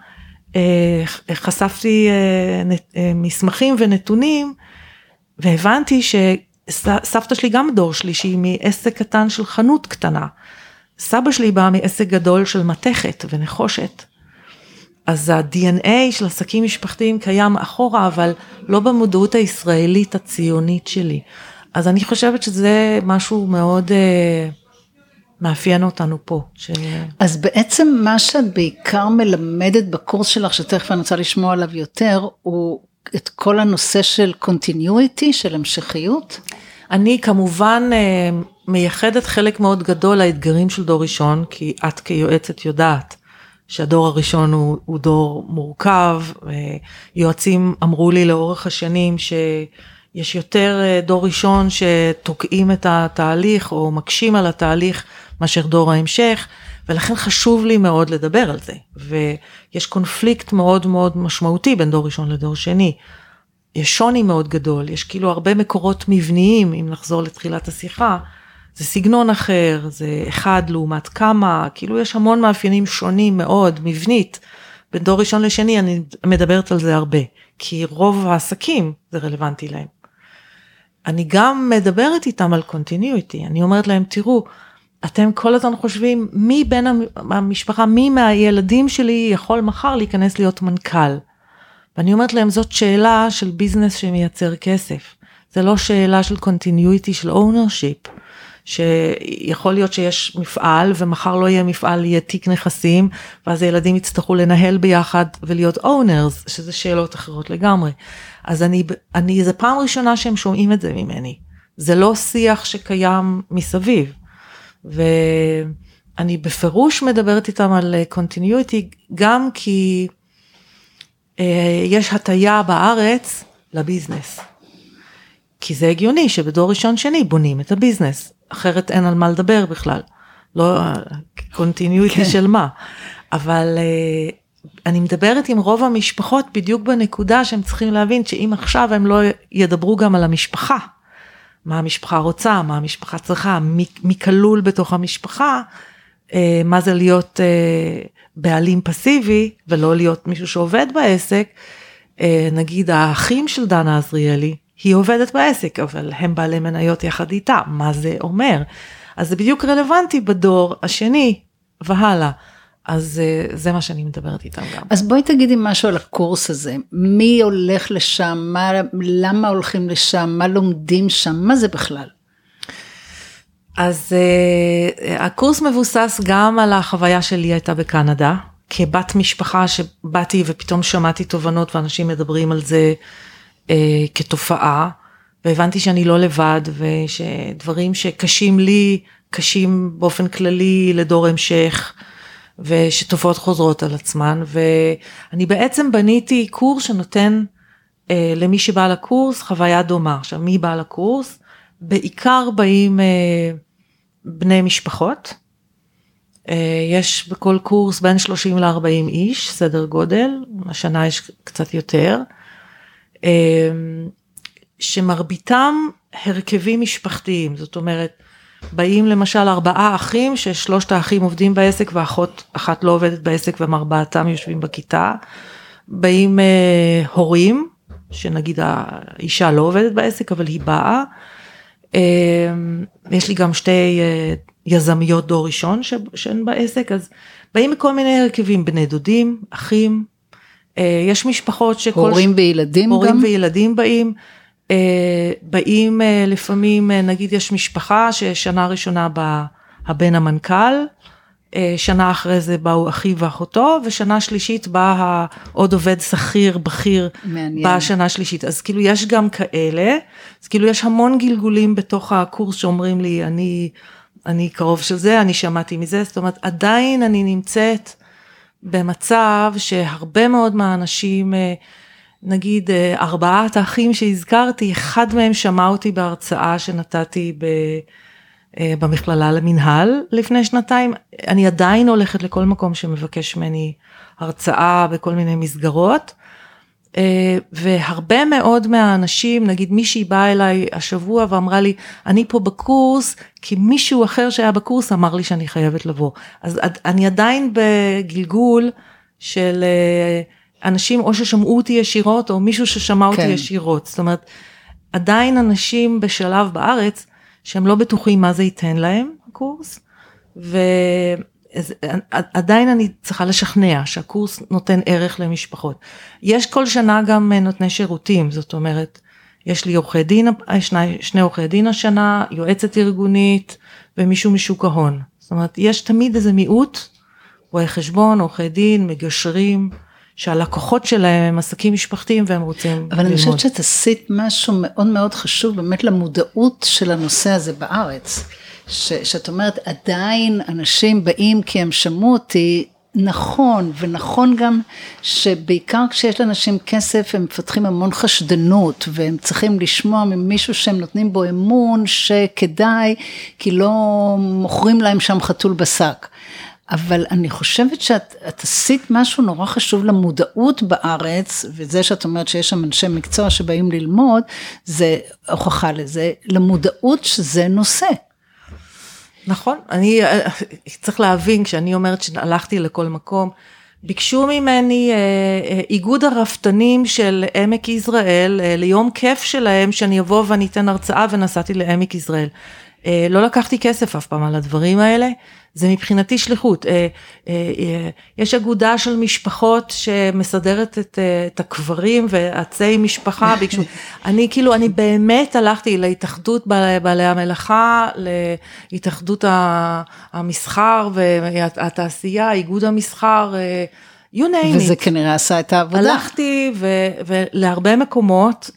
חשפתי מסמכים ונתונים, והבנתי שסבתא שלי גם דור שלישי מעסק קטן של חנות קטנה, סבא שלי בא מעסק גדול של מתכת ונחושת, אז ה-DNA של עסקים משפחתיים קיים אחורה, אבל לא במודעות הישראלית הציונית שלי. אז אני חושבת שזה משהו מאוד מאפיין אותנו פה. אז בעצם מה שאת בעיקר מלמדת בקורס שלך, שתכף אני רוצה לשמוע עליו יותר, הוא את כל הנושא של continuity, של המשכיות? אני כמובן מייחדת חלק מאוד גדול לאתגרים של דור ראשון, כי את כיועצת יודעת, שהדור הראשון הוא דור מורכב, יועצים אמרו לי לאורך השנים שיש יותר דור ראשון שתוקעים את התהליך או מקשים על התהליך מאשר דור ההמשך, ולכן חשוב לי מאוד לדבר על זה, ויש קונפליקט מאוד מאוד משמעותי בין דור ראשון לדור שני, יש שוני מאוד גדול, יש כאילו הרבה מקורות מבניים, אם נחזור לתחילת השיחה, זה סגנון אחר, זה אחד לעומת כמה, כאילו יש המון מאפיינים שונים מאוד, מבנית, בין דור ראשון לשני אני מדברת על זה הרבה, כי רוב העסקים זה רלוונטי להם. אני גם מדברת איתם על continuity, אני אומרת להם, תראו, אתם כל הזמן חושבים, מי בין המשפחה, מי מהילדים שלי יכול מחר להיכנס להיות מנכ"ל, ואני אומרת להם, זאת שאלה של ביזנס שמייצר כסף, זה לא שאלה של continuity, של ownership, שיכול להיות שיש מפעל, ומחר לא יהיה מפעל, יהיה תיק נכסים, ואז הילדים יצטרכו לנהל ביחד, ולהיות owners, שזה שאלות אחרות לגמרי. אז זה פעם ראשונה שהם שומעים את זה ממני. זה לא שיח שקיים מסביב. ואני בפירוש מדברת איתם על continuity, גם כי יש הטיה בארץ לביזנס. כי זה הגיוני שבדור ראשון שני בונים את הביזנס, אחרת אין על מה לדבר בכלל, לא קונטיניויטי של מה, אבל אני מדברת עם רוב המשפחות בדיוק בנקודה שהם צריכים להבין שאם עכשיו הם לא ידברו גם על המשפחה, מה המשפחה רוצה, מה המשפחה צריכה, מי כלול בתוך המשפחה, מה זה להיות בעלים פסיבי ולא להיות מישהו שעובד בעסק, נגיד האחים של דנה עזריאלי, היא עובדת בעסק, אבל הם בעלי מניות יחד איתה, מה זה אומר? אז זה בדיוק רלוונטי בדור השני והלאה, אז זה מה שאני מדברת איתם גם. אז בואי תגידי משהו על הקורס הזה, מי הולך לשם, למה הולכים לשם, מה לומדים שם, מה זה בכלל? אז הקורס מבוסס גם על החוויה שלי הייתה בקנדה, כבת משפחה שבאתי ופתאום שמעתי תובנות ואנשים מדברים על זה, כתופעה, והבנתי שאני לא לבד, ושדברים שקשים לי, קשים באופן כללי לדור המשך, ושתופעות חוזרות על עצמן, ואני בעצם בניתי קורס שנותן למי שבא לקורס חוויה דומה. עכשיו, מי בא לקורס? בעיקר באים בני משפחות, יש בכל קורס בין 30 ל-40 איש, סדר גודל, השנה יש קצת יותר, שמרביתם הרכבים משפחתיים, זאת אומרת, באים למשל 4 אחים, ש3 האחים עובדים בעסק, ואחות אחת לא עובדת בעסק, והם 4 יושבים בכיתה, באים הורים, שנגיד האישה לא עובדת בעסק, אבל היא באה, יש לי גם 2 יזמיות דור ראשון, שהן בעסק, אז באים מכל מיני הרכבים, בני דודים, אחים, יש משפחות הורים וילדים הורים גם? וילדים באים לפעמים, נגיד יש משפחה ששנה ראשונה בא הבן המנכ"ל, שנה אחרי זה באו אחי ואחותו, ושנה שלישית בא עוד עובד שכיר, בכיר, בא שנה שלישית. אז כאילו יש גם כאלה, אז כאילו יש המון גלגולים בתוך הקורס שאומרים לי, אני אני קרוב של זה, אני שמעתי מזה, זאת אומרת, עדיין אני נמצאת במצב שהרבה מאוד מהאנשים, נגיד 4 האחים שהזכרתי, אחד מהם שמע אותי בהרצאה שנתתי במכללה למנהל לפני 2 אני עדיין הולכת לכל מקום שמבקש ממני הרצאה בכל מיני מסגרות, והרבה מאוד מהאנשים, נגיד מישהי באה אליי השבוע ואמרה לי, אני פה בקורס, כי מישהו אחר שהיה בקורס אמר לי שאני חייבת לבוא. אז אני עדיין בגלגול של אנשים או ששמעו אותי ישירות, או מישהו ששמע אותי ישירות. זאת אומרת, עדיין אנשים בשלב בארץ, שהם לא בטוחים מה זה ייתן להם, הקורס, עדיין אני צריכה לשכנע שהקורס נותן ערך למשפחות. יש כל שנה גם נותני שירותים, זאת אומרת, יש לי עורכי דין, 2 עורכי דין השנה, יועצת ארגונית, ומישהו משוק ההון. זאת אומרת, יש תמיד איזה מיעוט, רואי חשבון, עורכי דין, מגשרים, שהלקוחות שלהם הם עסקים משפחתיים והם רוצים ללמוד. אבל אני חושבת שאת עשית משהו מאוד מאוד חשוב, באמת למודעות של הנושא הזה בארץ. שאת אומרת, עדיין אנשים באים כי הם שמעו אותי, נכון, ונכון גם שבעיקר כשיש לאנשים כסף, הם מפתחים המון חשדנות, והם צריכים לשמוע ממישהו שהם נותנים בו אמון, שכדאי, כי לא מוכרים להם שם חתול בשק. אבל אני חושבת שאת עשית משהו נורא חשוב למודעות בארץ, וזה שאת אומרת שיש שם אנשי מקצוע שבאים ללמוד, זה הוכחה לזה, למודעות שזה נושא. נכון, אני צריך להבין, כשאני אומרת שהלכתי לכל מקום, ביקשו ממני איגוד הרפתנים של עמק יזרעאל, ליום כיף שלהם, שאני אבוא ואני אתן הרצאה, ונסעתי לעמק יזרעאל. לא לקחתי כסף אף פעם על הדברים האלה, זה מבחינתי שליחות. יש אגודה של משפחות שמסדרת את הקברים ועצי משפחה, ביקשו. אני באמת הלכתי להתאחדות בעלי המלאכה, להתאחדות המסחר והתעשייה, איגוד המסחר, you name it. וזה כנראה עשה את העבודה. הלכתי ולהרבה מקומות,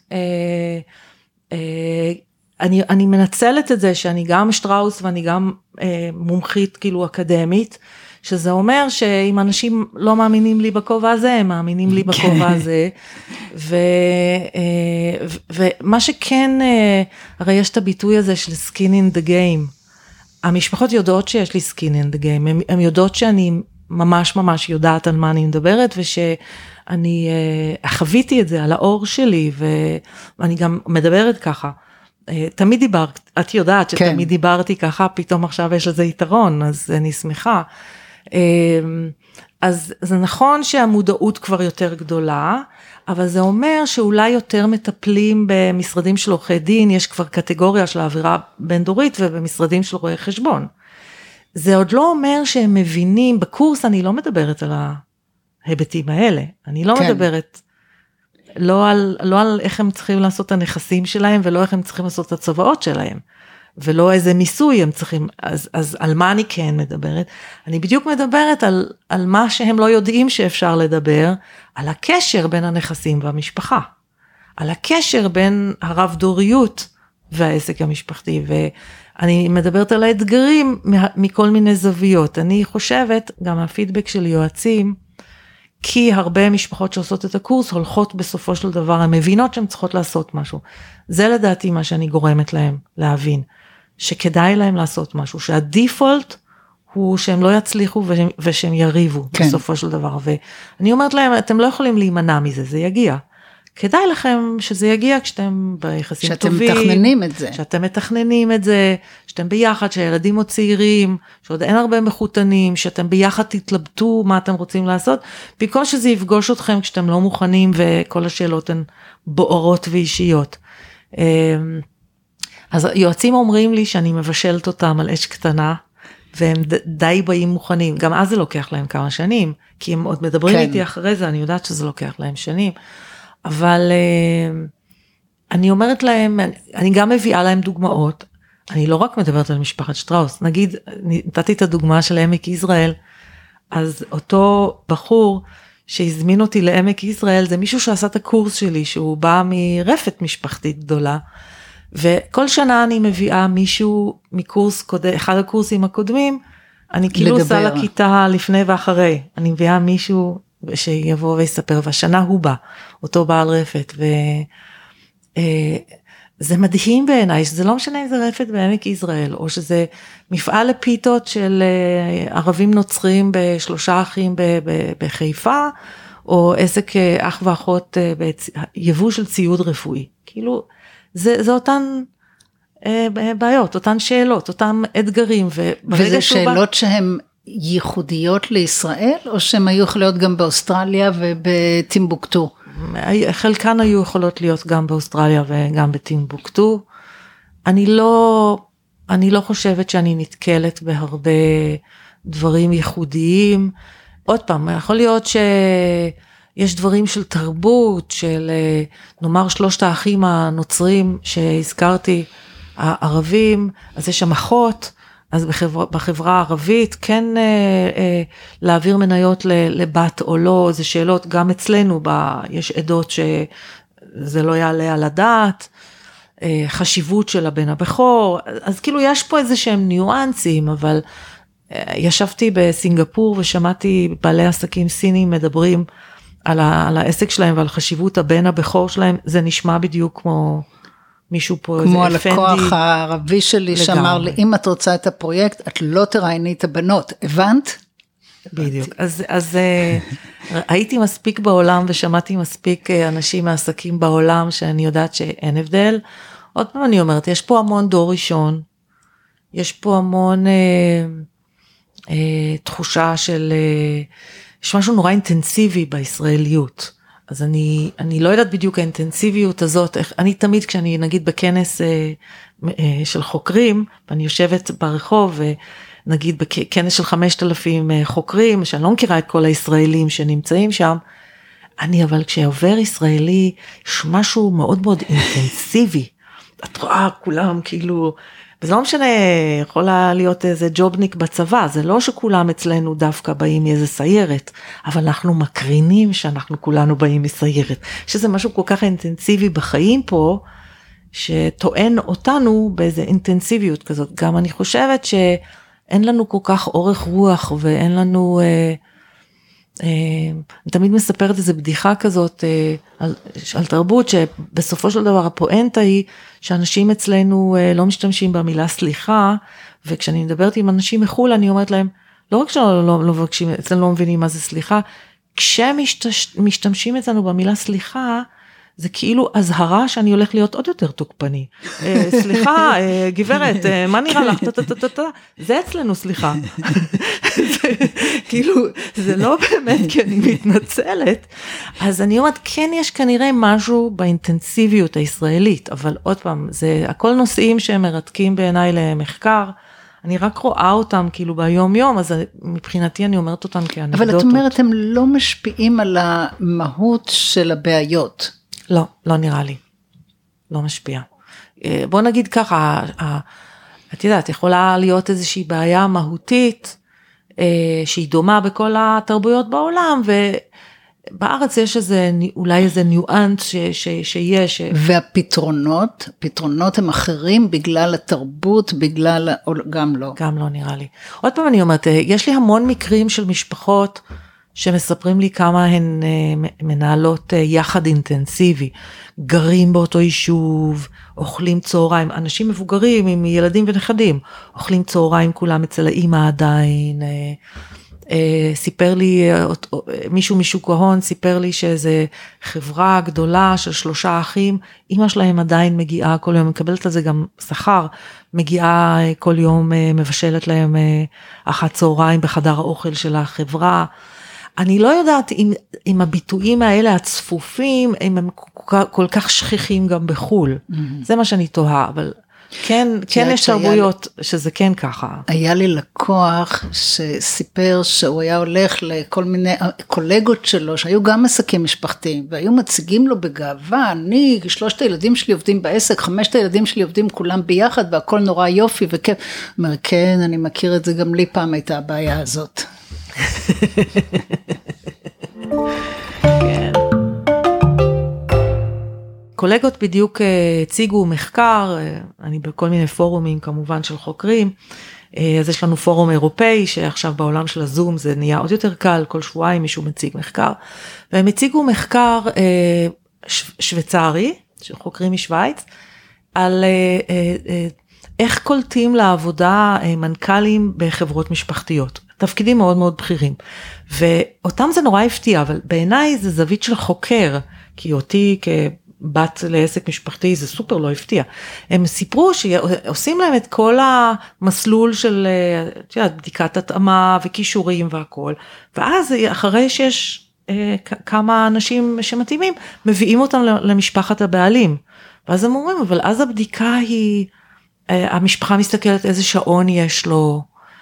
אני מנצלת את זה שאני גם שטראוס ואני גם מומחית כאילו אקדמית, שזה אומר שאם אנשים לא מאמינים לי בכובע הזה, הם מאמינים לי בכובע הזה, ומה שכן, הרי יש את הביטוי הזה של skin in the game, המשפחות יודעות שיש לי skin in the game, הן יודעות שאני ממש ממש יודעת על מה אני מדברת, ושאני חוויתי את זה על האור שלי, ואני גם מדברת ככה, תמיד דיברת, את יודעת שתמיד דיברתי ככה, פתאום עכשיו יש לזה יתרון, אז אני שמחה. אז זה נכון שהמודעות כבר יותר גדולה, אבל זה אומר שאולי יותר מטפלים במשרדים של עורכי דין, יש כבר קטגוריה של האווירה בין דורית, ובמשרדים של רואי חשבון. זה עוד לא אומר שהם מבינים, בקורס אני לא מדברת על ההיבטים האלה, אני לא מדברת, לא על איך הם צריכים לעשות את הנכסים שלהם, ולא איך הם צריכים לעשות את הצבאות שלהם, ולא איזה מיסוי הם צריכים, אז על מה אני כן מדברת? אני בדיוק מדברת על מה שהם לא יודעים שאפשר לדבר, על הקשר בין הנכסים והמשפחה, על הקשר בין הרב דוריות והעסק המשפחתי, ואני מדברת על האתגרים מכל מיני זוויות. אני חושבת, גם הפידבק של יועצים, כי הרבה משפחות שעושות את הקורס, הולכות בסופו של דבר, הן מבינות שהן צריכות לעשות משהו. זה לדעתי מה שאני גורמת להם להבין, שכדאי להם לעשות משהו, שהדיפולט הוא שהם לא יצליחו ושהם יריבו בסופו של דבר. ואני אומרת להם, אתם לא יכולים להימנע מזה, זה יגיע. כדאי לכם שזה יגיע כשאתם ביחסים טובים. שאתם מתכננים את זה. שאתם מתכננים את זה, שאתם ביחד, שהילדים עוד צעירים, שעוד אין הרבה מחותנים, שאתם ביחד תתלבטו מה אתם רוצים לעשות, במקום שזה יפגוש אתכם כשאתם לא מוכנים, וכל השאלות הן בוערות ואישיות. אז יועצים אומרים לי שאני מבשלת אותם על אש קטנה, והם די באים מוכנים, גם אז זה לוקח להם כמה שנים, כי הם עוד מדברים איתי אחרי זה, אני יודעת שזה לוקח להם שנים, אבל אני אומרת להם, אני גם מביאה להם דוגמאות, אני לא רק מדברת על משפחת שטראוס, נגיד, נתתי את הדוגמה של עמק יזרעאל, אז אותו בחור שהזמין אותי לעמק יזרעאל, זה מישהו שעשה את הקורס שלי, שהוא בא מרפת משפחתית גדולה, וכל שנה אני מביאה מישהו מקורס, אחד הקורסים הקודמים, אני כאילו עושה לכיתה לפני ואחרי, אני מביאה מישהו שיבוא ויספר, והשנה הוא בא, אותו בעל רפת, וזה מדהים בעיניי, שזה לא משנה אם זה רפת בעמק יזרעאל, או שזה מפעל לפיתות של ערבים נוצרים בשלושה אחים בחיפה, או עסק אח ואחות יבוא של ציוד רפואי, כאילו זה אותן בעיות, אותן שאלות, אותם אתגרים. וזה שאלות שהן ייחודיות לישראל, או שהן היו יכולות גם באוסטרליה ובטימבוקטו? חלקן היו יכולות להיות גם באוסטרליה וגם בטימבוקטו. אני לא חושבת שאני נתקלת בהרבה דברים ייחודיים. עוד פעם, יכול להיות שיש דברים של תרבות, של נאמר שלושת האחים הנוצרים שהזכרתי, הערבים, אז יש שם אחות, אז בחברה הערבית כן להעביר מניות לבת או לא, זה שאלות גם אצלנו, יש עדות שזה לא יעלה על הדעת, חשיבות של הבן הבכור, אז כאילו יש פה איזה שהם ניואנסים, אבל ישבתי בסינגפור ושמעתי בעלי עסקים סינים מדברים על העסק שלהם ועל חשיבות הבן הבכור שלהם, זה נשמע בדיוק כמו מישהו פה, כמו הלקוח הערבי שלי שאמר לי, אם את רוצה את הפרויקט, את לא תראייני את הבנות, הבנת? בדיוק, אז הייתי מספיק בעולם ושמעתי מספיק אנשים מעסקים בעולם שאני יודעת שאין הבדל. עוד פעם אני אומרת, יש פה המון דור ראשון, יש פה המון תחושה של, יש משהו נורא אינטנסיבי בישראליות. אז אני לא יודעת בדיוק האינטנסיביות הזאת, אני תמיד כשאני נגיד בכנס של חוקרים, ואני יושבת ברחוב, נגיד בכנס של 5,000 חוקרים, שאני לא מכירה את כל הישראלים שנמצאים שם, אבל כשעובר ישראלי, יש משהו מאוד מאוד אינטנסיבי, את רואה כולם כאילו, וזה לא משנה, יכולה להיות איזה ג'ובניק בצבא, זה לא שכולם אצלנו דווקא באים מאיזה סיירת, אבל אנחנו מקרינים שאנחנו כולנו באים מסיירת, שזה משהו כל כך אינטנסיבי בחיים פה, שטוען אותנו באיזה אינטנסיביות כזאת, גם אני חושבת שאין לנו כל כך אורך רוח, ואין לנו, אני תמיד מספרת איזו בדיחה כזאת, על תרבות, שבסופו של דבר הפואנטה היא, שאנשים אצלנו לא משתמשים במילה סליחה, וכשאני מדברת עם אנשים מחול, אני אומרת להם, לא רק שלא מבקשים, אצלנו לא מבינים מה זה סליחה, כשמשתמשים אצלנו במילה סליחה, זה כאילו הזהרה שאני הולך להיות עוד יותר תוקפני. סליחה, גברת, מה נראה לך? זה אצלנו, סליחה. כאילו, זה לא באמת כי אני מתנצלת. אז אני אומרת, כן יש כנראה משהו באינטנסיביות הישראלית, אבל עוד פעם, זה הכל נושאים שהם מרתקים בעיניי למחקר, אני רק רואה אותם כאילו ביום יום, אז מבחינתי אני אומרת אותם כאנקדוטות. אבל את אומרת, הם לא משפיעים על המהות של הבעיות. לא, לא נראה לי. לא משפיע. בוא נגיד ככה, את יודעת, יכולה להיות איזושהי בעיה מהותית, שהיא דומה בכל התרבויות בעולם, ובארץ יש אולי איזה ניואנס שיש. והפתרונות, פתרונות הם אחרים בגלל התרבות, או גם לא. גם לא נראה לי. עוד פעם אני אומרת, יש לי המון מקרים של משפחות, שמספרים לי כמה הן מנהלות יחד אינטנסיבי, גרים באותו יישוב, אוכלים צהריים, אנשים מבוגרים עם ילדים ונכדים, אוכלים צהריים כולם אצל האמא עדיין, סיפר לי, מישהו משוק ההון סיפר לי שזה חברה גדולה של 3 אחים, אמא שלהם עדיין מגיעה כל יום, מקבלת על זה גם שכר, מגיעה כל יום, מבשלת להם אחת צהריים בחדר האוכל של החברה, אני לא יודעת אם הביטויים האלה הצפופים, הם כל כך שכיחים גם בחול. זה מה שאני תוהה, אבל כן יש תרבויות שזה כן ככה. היה לי לקוח שסיפר שהוא היה הולך לכל מיני קולגות שלו, שהיו גם עסקים משפחתיים, והיו מציגים לו בגאווה, 3 הילדים שלי עובדים בעסק, 5 הילדים שלי עובדים כולם ביחד, והכל נורא יופי וכיף. הוא אומר, כן, אני מכיר את זה, גם לי פעם הייתה הבעיה הזאת. כן. קולגות בדיוק הציגו מחקר, אני בכל מיני פורומים כמובן של חוקרים, אז יש לנו פורום אירופאי, שעכשיו בעולם של הזום זה נהיה עוד יותר קל, כל שבועיים מישהו מציג מחקר, והם הציגו מחקר שוויצרי, של חוקרים משוויץ, על איך קולטים לעבודה מנכ"לים בחברות משפחתיות, תפקידים מאוד מאוד בכירים, ואותם זה נורא הפתיע, אבל בעיניי זה זווית של חוקר, כי אותי בת לעסק משפחתי זה סופר לא הפתיע. הם סיפרו שעושים להם את כל המסלול של בדיקת התאמה וכישורים והכל, ואז אחרי שיש כמה אנשים שמתאימים, מביאים אותם למשפחת הבעלים. ואז הם אומרים, אבל אז הבדיקה היא, המשפחה מסתכלת איזה שעון יש לו,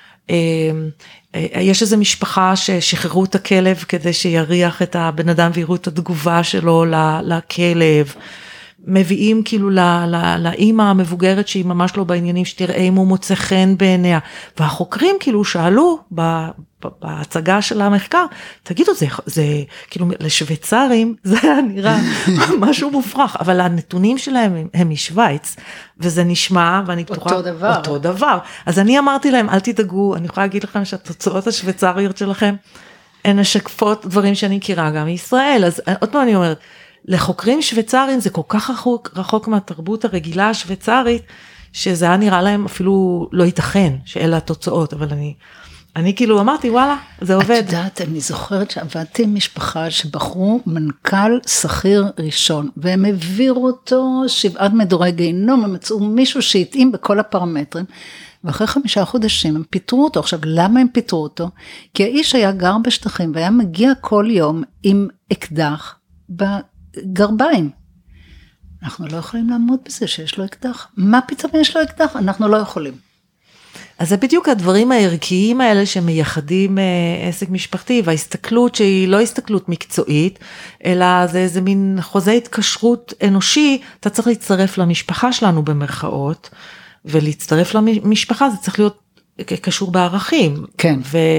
יש איזו משפחה ששחררו את הכלב כדי שיריח את הבן אדם ויראו את התגובה שלו לכלב, מביאים כאילו לאמא המבוגרת שהיא ממש לא בעניינים, שתראה אם הוא מוצא חן בעיניה, והחוקרים כאילו שאלו בהצגה של המחקר, תגידו זה כאילו לשוויצרים זה נראה משהו מופרך, אבל הנתונים שלהם הם משוויץ, וזה נשמע ואני בטוחה אותו דבר, אז אני אמרתי להם אל תדאגו, אני יכולה להגיד לכם שהתוצאות השוויצריות שלכם הן משקפות דברים שאני מכירה גם מישראל, אז עוד פעם אני אומרת, לחוקרים שוויצרים זה כל כך רחוק מהתרבות הרגילה השוויצרית, שזה היה נראה להם אפילו לא ייתכן שאלה התוצאות, אבל אני כאילו אמרתי וואלה, זה עובד. את יודעת, אני זוכרת שעבדתי עם משפחה שבחרו מנכ"ל שכיר ראשון, והם העבירו אותו 7 מדורי גיהינום, הם מצאו מישהו שהתאים בכל הפרמטרים, ואחרי 5 חודשים הם פיטרו אותו. עכשיו, למה הם פיטרו אותו? כי האיש היה גר בשטחים, והיה מגיע כל יום עם אקדח בגרביים. אנחנו לא יכולים לעמוד בזה שיש לו אקדח. מה פתאום יש לו אקדח? אנחנו לא יכולים. אז זה בדיוק הדברים הערכיים האלה שמייחדים עסק משפחתי, וההסתכלות שהיא לא הסתכלות מקצועית, אלא זה איזה מין חוזה התקשרות אנושי, אתה צריך להצטרף למשפחה שלנו במרכאות, ולהצטרף למשפחה זה צריך להיות קשור בערכים. כן.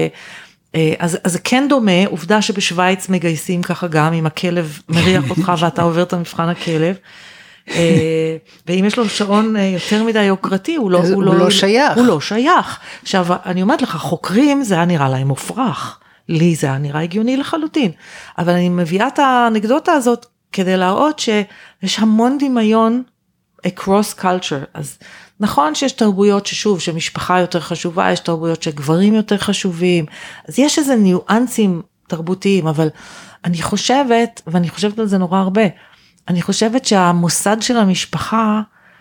אז זה כן דומה, עובדה שבשוויץ מגייסים ככה גם, אם הכלב מריח אותך ואתה עובר את המבחן הכלב, ואם יש לו שעון יותר מדי יוקרתי, הוא לא שייך. הוא לא שייך. עכשיו, אני אומרת לך, חוקרים זה היה נראה להם מופרך, לי זה היה נראה הגיוני לחלוטין, אבל אני מביאה את האנקדוטה הזאת, כדי להראות שיש המון דמיון, across culture, אז נכון שיש תרבויות ששוב, שמשפחה יותר חשובה, יש תרבויות שגברים יותר חשובים, אז יש איזה ניואנסים תרבותיים, אבל אני חושבת, ואני חושבת על זה נורא הרבה, אני חושבת שהמוסד של המשפחה,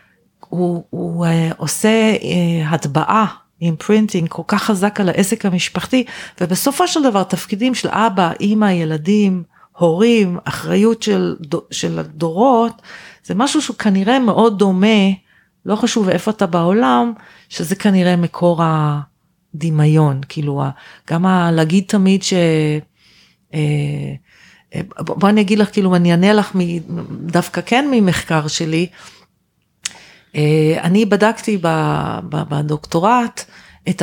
הוא עושה הטבעה, אימפרינטינג, כל כך חזק על העסק המשפחתי, ובסופו של דבר, תפקידים של אבא, אמא, ילדים, הורים, אחריות של הדורות, זה משהו שהוא כנראה מאוד דומה, לא חשוב איפה אתה בעולם, שזה כנראה מקור הדמיון, כאילו, גם להגיד תמיד בוא אני אגיד לך, כאילו, אני אענה לך דווקא כן ממחקר שלי, אני בדקתי בדוקטורט את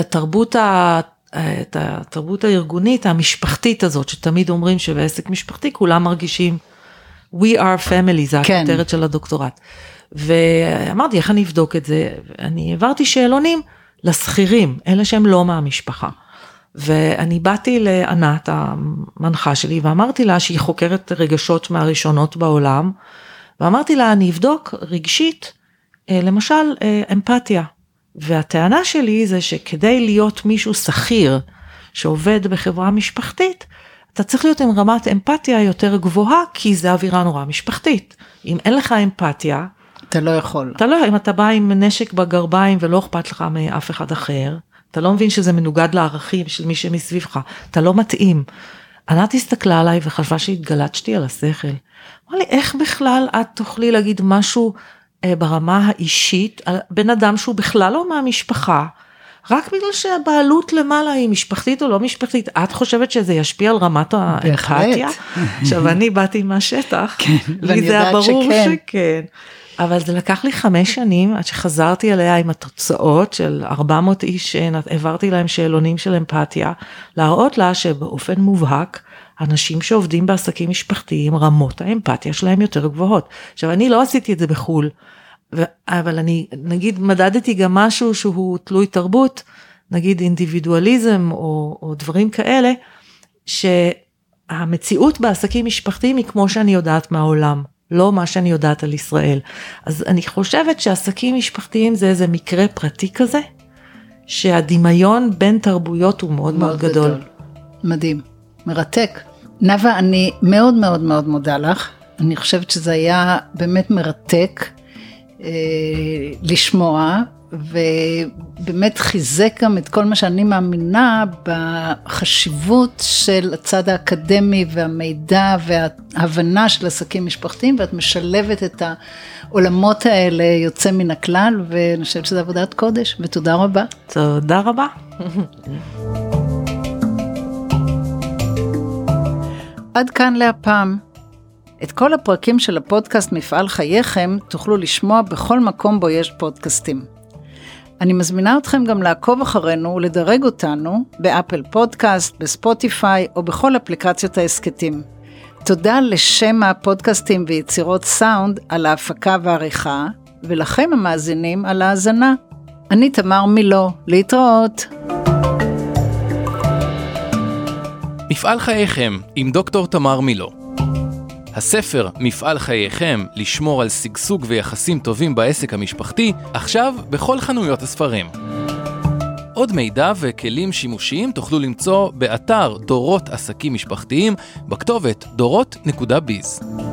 התרבות הארגונית, המשפחתית הזאת, שתמיד אומרים שבעסק משפחתי, כולם מרגישים, we are family, זה הכותרת של הדוקטורט. ואמרתי, איך אני אבדוק את זה? אני העברתי שאלונים לסחירים, אלה שהם לא מהמשפחה. ואני באתי לענת, המנחה שלי, ואמרתי לה שהיא חוקרת רגשות מהראשונות בעולם, ואמרתי לה, אני אבדוק רגשית, למשל, אמפתיה. והטענה שלי זה שכדי להיות מישהו שכיר, שעובד בחברה משפחתית, אתה צריך להיות עם רמת אמפתיה יותר גבוהה, כי זה אווירה נורא משפחתית. אם אין לך אמפתיה, אתה לא יכול. אתה לא, אם אתה בא עם נשק בגרביים, ולא אכפת לך מאף אחד אחר, אתה לא מבין שזה מנוגד לערכים של מי שמסביבך, אתה לא מתאים. ענת הסתכלה עליי וחשבה שהתגלצתי על השכל. אמרה לי, איך בכלל את תוכלי להגיד משהו ברמה האישית, על בן אדם שהוא בכלל לא מהמשפחה, רק בגלל שהבעלות למעלה היא משפחתית או לא משפחתית, את חושבת שזה ישפיע על רמת האמפתיה? עכשיו אני באתי מהשטח, לי זה היה ברור שכן. אבל זה לקח לי 5 שנים, עד שחזרתי עליה עם התוצאות של 400 איש, העברתי להם שאלונים של אמפתיה, להראות לה שבאופן מובהק, אנשים שעובדים בעסקים משפחתיים, רמות האמפתיה שלהם יותר גבוהות. עכשיו, אני לא עשיתי את זה בחול, אבל אני, נגיד, מדדתי גם משהו שהוא תלוי תרבות, נגיד אינדיבידואליזם או דברים כאלה, שהמציאות בעסקים משפחתיים היא כמו שאני יודעת מהעולם, לא מה שאני יודעת על ישראל. אז אני חושבת שעסקים משפחתיים זה איזה מקרה פרטי כזה, שהדמיון בין תרבויות הוא מאוד מאוד גדול. מדהים, מרתק. נאוה, אני מאוד מאוד מאוד מודה לך. אני חושבת שזה היה באמת מרתק לשמוע, ובאמת חיזק גם את כל מה שאני מאמינה בחשיבות של הצד האקדמי והמידע וההבנה של עסקים משפחתיים, ואת משלבת את העולמות האלה יוצא מן הכלל, ואני חושבת שזה עבודת קודש, ותודה רבה. תודה רבה. עד כאן להפעם. את כל הפרקים של הפודקאסט מפעל חייכם תוכלו לשמוע בכל מקום בו יש פודקאסטים. אני מזמינה אתכם גם לעקוב אחרינו ולדרג אותנו באפל פודקאסט, בספוטיפיי או בכל אפליקציות העסקתים. תודה לשם הפודקאסטים ויצירות סאונד על ההפקה והעריכה, ולכם המאזינים על ההאזנה. אני תמר מילו, להתראות. מפעל חייכם עם דוקטור תמר מילו. הספר מפעל חייכם, לשמור על שגשוג ויחסים טובים בעסק המשפחתי, עכשיו בכל חנויות הספרים. עוד מידע וכלים שימושיים תוכלו למצוא באתר דורות עסקים משפחתיים, בכתובת doros.biz.